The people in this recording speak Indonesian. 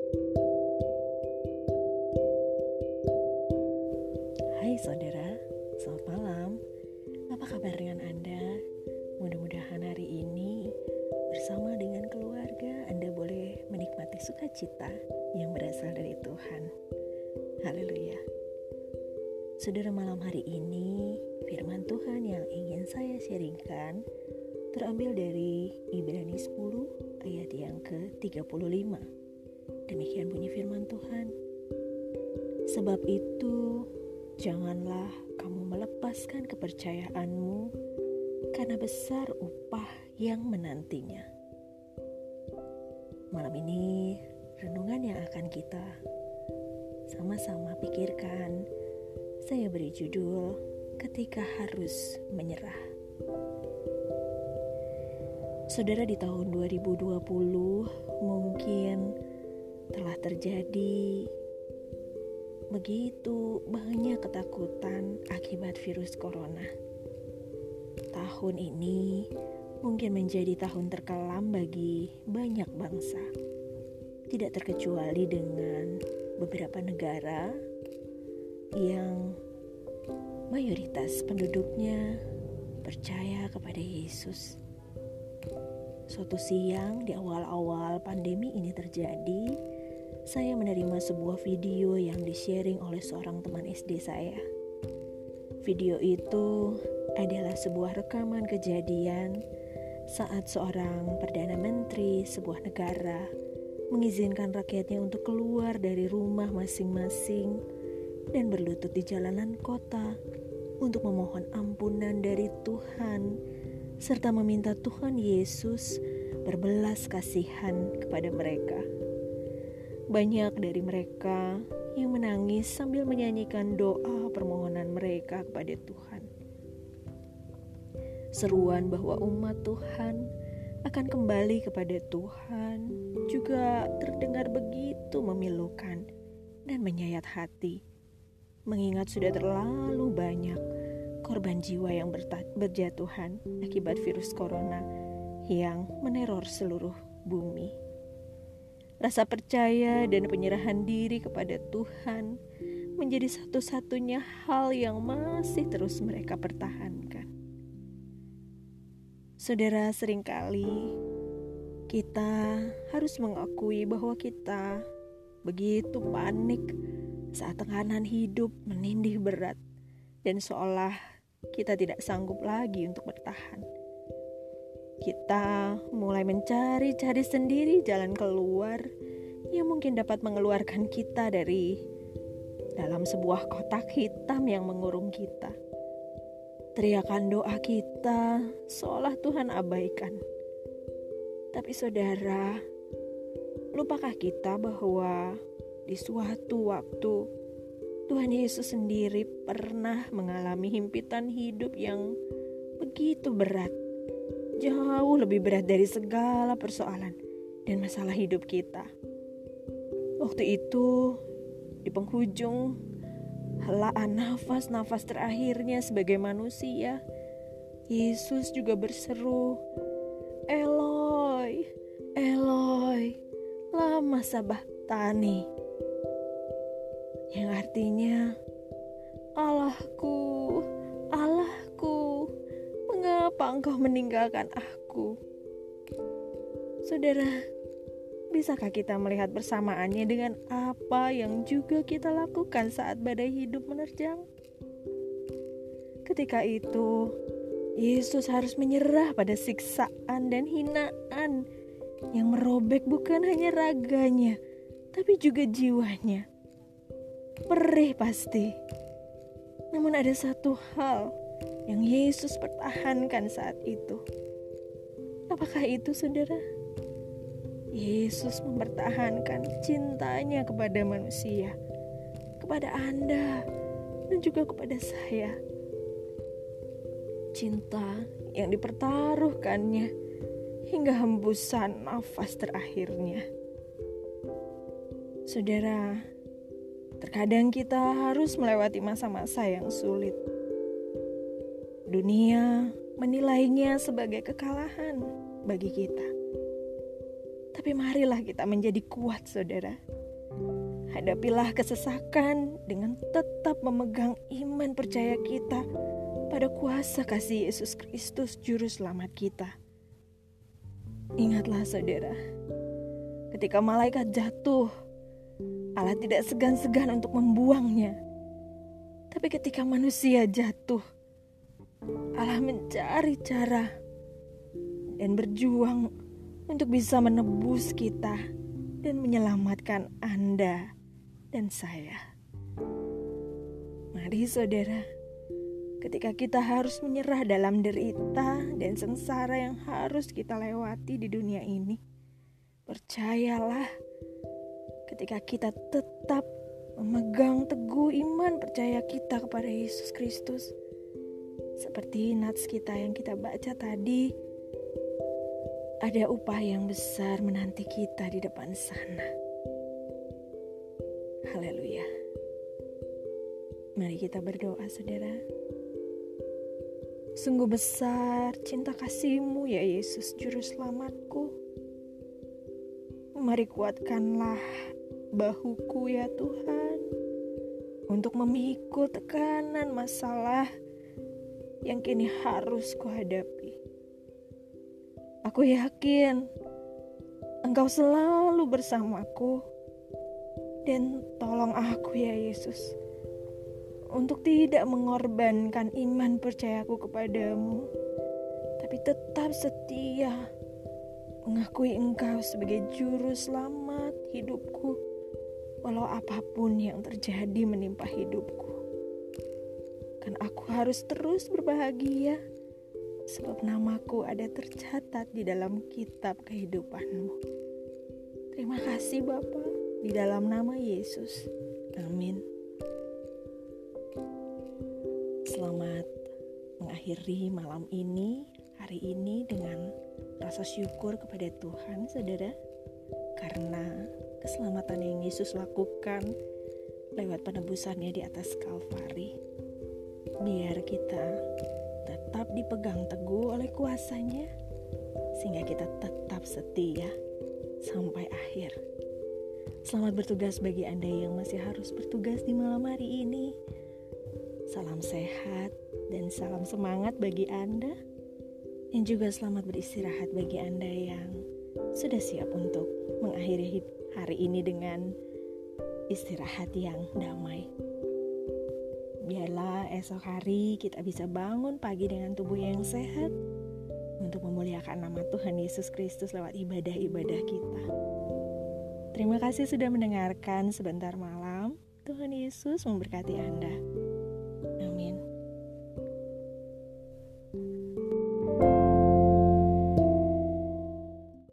Hai saudara, selamat malam. Apa kabar dengan Anda? Mudah-mudahan hari ini bersama dengan keluarga Anda boleh menikmati sukacita yang berasal dari Tuhan. Haleluya. Saudara, malam hari ini firman Tuhan yang ingin saya sharingkan terambil dari Ibrani 10 ayat yang ke-35. Demikian bunyi firman Tuhan. Sebab itu, janganlah kamu melepaskan kepercayaanmu, karena besar upah yang menantinya. Malam ini, renungan yang akan kita sama-sama pikirkan, saya beri judul, Ketika Harus Menyerah. Saudara, di tahun 2020 mungkin telah terjadi begitu banyak ketakutan akibat virus corona. Tahun ini mungkin menjadi tahun terkelam bagi banyak bangsa. Tidak terkecuali dengan beberapa negara yang mayoritas penduduknya percaya kepada Yesus. Suatu siang di awal-awal pandemi ini terjadi, saya menerima sebuah video yang di-sharing oleh seorang teman SD saya. Video itu adalah sebuah rekaman kejadian saat seorang Perdana Menteri sebuah negara mengizinkan rakyatnya untuk keluar dari rumah masing-masing dan berlutut di jalanan kota untuk memohon ampunan dari Tuhan serta meminta Tuhan Yesus berbelas kasihan kepada mereka. Banyak dari mereka yang menangis sambil menyanyikan doa permohonan mereka kepada Tuhan. Seruan bahwa umat Tuhan akan kembali kepada Tuhan juga terdengar begitu memilukan dan menyayat hati, mengingat sudah terlalu banyak korban jiwa yang berjatuhan akibat virus corona yang meneror seluruh bumi. Rasa percaya dan penyerahan diri kepada Tuhan menjadi satu-satunya hal yang masih terus mereka pertahankan. Saudara, seringkali kita harus mengakui bahwa kita begitu panik saat tekanan hidup menindih berat dan seolah kita tidak sanggup lagi untuk bertahan. Kita mulai mencari-cari sendiri jalan keluar yang mungkin dapat mengeluarkan kita dari dalam sebuah kotak hitam yang mengurung kita. Teriakan doa kita seolah Tuhan abaikan. Tapi saudara, lupakah kita bahwa di suatu waktu Tuhan Yesus sendiri pernah mengalami himpitan hidup yang begitu berat, jauh lebih berat dari segala persoalan dan masalah hidup kita. Waktu itu, di penghujung helaan nafas terakhirnya sebagai manusia, Yesus juga berseru, Eloi, Eloi, lama sabachthani, yang artinya, Allahku, Allahku, mengapa engkau meninggalkan aku? Saudara, bisakah kita melihat persamaannya dengan apa yang juga kita lakukan saat badai hidup menerjang? Ketika itu, Yesus harus menyerah pada siksaan dan hinaan yang merobek bukan hanya raganya, tapi juga jiwanya. Perih pasti. Namun ada satu hal yang Yesus pertahankan saat itu. Apakah itu, saudara? Yesus mempertahankan cintanya kepada manusia, kepada Anda, dan juga kepada saya. Cinta yang dipertaruhkannya hingga hembusan nafas terakhirnya. Saudara, terkadang kita harus melewati masa-masa yang sulit. Dunia menilainya sebagai kekalahan bagi kita. Tapi Tapi marilah kita menjadi kuat, saudara. Hadapilah kesesakan dengan tetap memegang iman percaya kita pada kuasa kasih Yesus Kristus Juru Selamat kita. Ingatlah saudara, ketika malaikat jatuh, Allah tidak segan-segan untuk membuangnya. Tapi ketika manusia jatuh, Allah mencari cara dan berjuang untuk bisa menebus kita dan menyelamatkan Anda dan saya. Mari saudara, ketika kita harus menyerah dalam derita dan sengsara yang harus kita lewati di dunia ini, percayalah, ketika kita tetap memegang teguh iman percaya kita kepada Yesus Kristus, seperti nats kita yang kita baca tadi, ada upah yang besar menanti kita di depan sana. Haleluya. Mari kita berdoa, saudara. Sungguh besar cinta kasih-Mu ya Yesus Juru Selamatku. Mari kuatkanlah bahuku ya Tuhan, untuk memikul tekanan masalah yang kini harus kuhadapi. Aku yakin Engkau selalu bersamaku, dan tolong aku ya Yesus untuk tidak mengorbankan iman percayaku kepadamu, tapi tetap setia mengakui Engkau sebagai Juru Selamat hidupku, walau apapun yang terjadi menimpa hidupku. Kan aku harus terus berbahagia, sebab namaku ada tercatat di dalam kitab kehidupan-Mu. Terima kasih Bapa, di dalam nama Yesus. Amin. Selamat mengakhiri malam ini, hari ini dengan rasa syukur kepada Tuhan, saudara, karena keselamatan yang Yesus lakukan lewat penebusannya di atas Kalvari. Biar kita tetap dipegang teguh oleh kuasa-Nya, sehingga kita tetap setia sampai akhir. Selamat bertugas bagi Anda yang masih harus bertugas di malam hari ini. Salam sehat dan salam semangat bagi Anda, dan juga selamat beristirahat bagi Anda yang sudah siap untuk mengakhiri hari ini dengan istirahat yang damai. Biarlah esok hari kita bisa bangun pagi dengan tubuh yang sehat untuk memuliakan nama Tuhan Yesus Kristus lewat ibadah-ibadah kita. Terima kasih sudah mendengarkan sebentar malam. Tuhan Yesus memberkati Anda. Amin.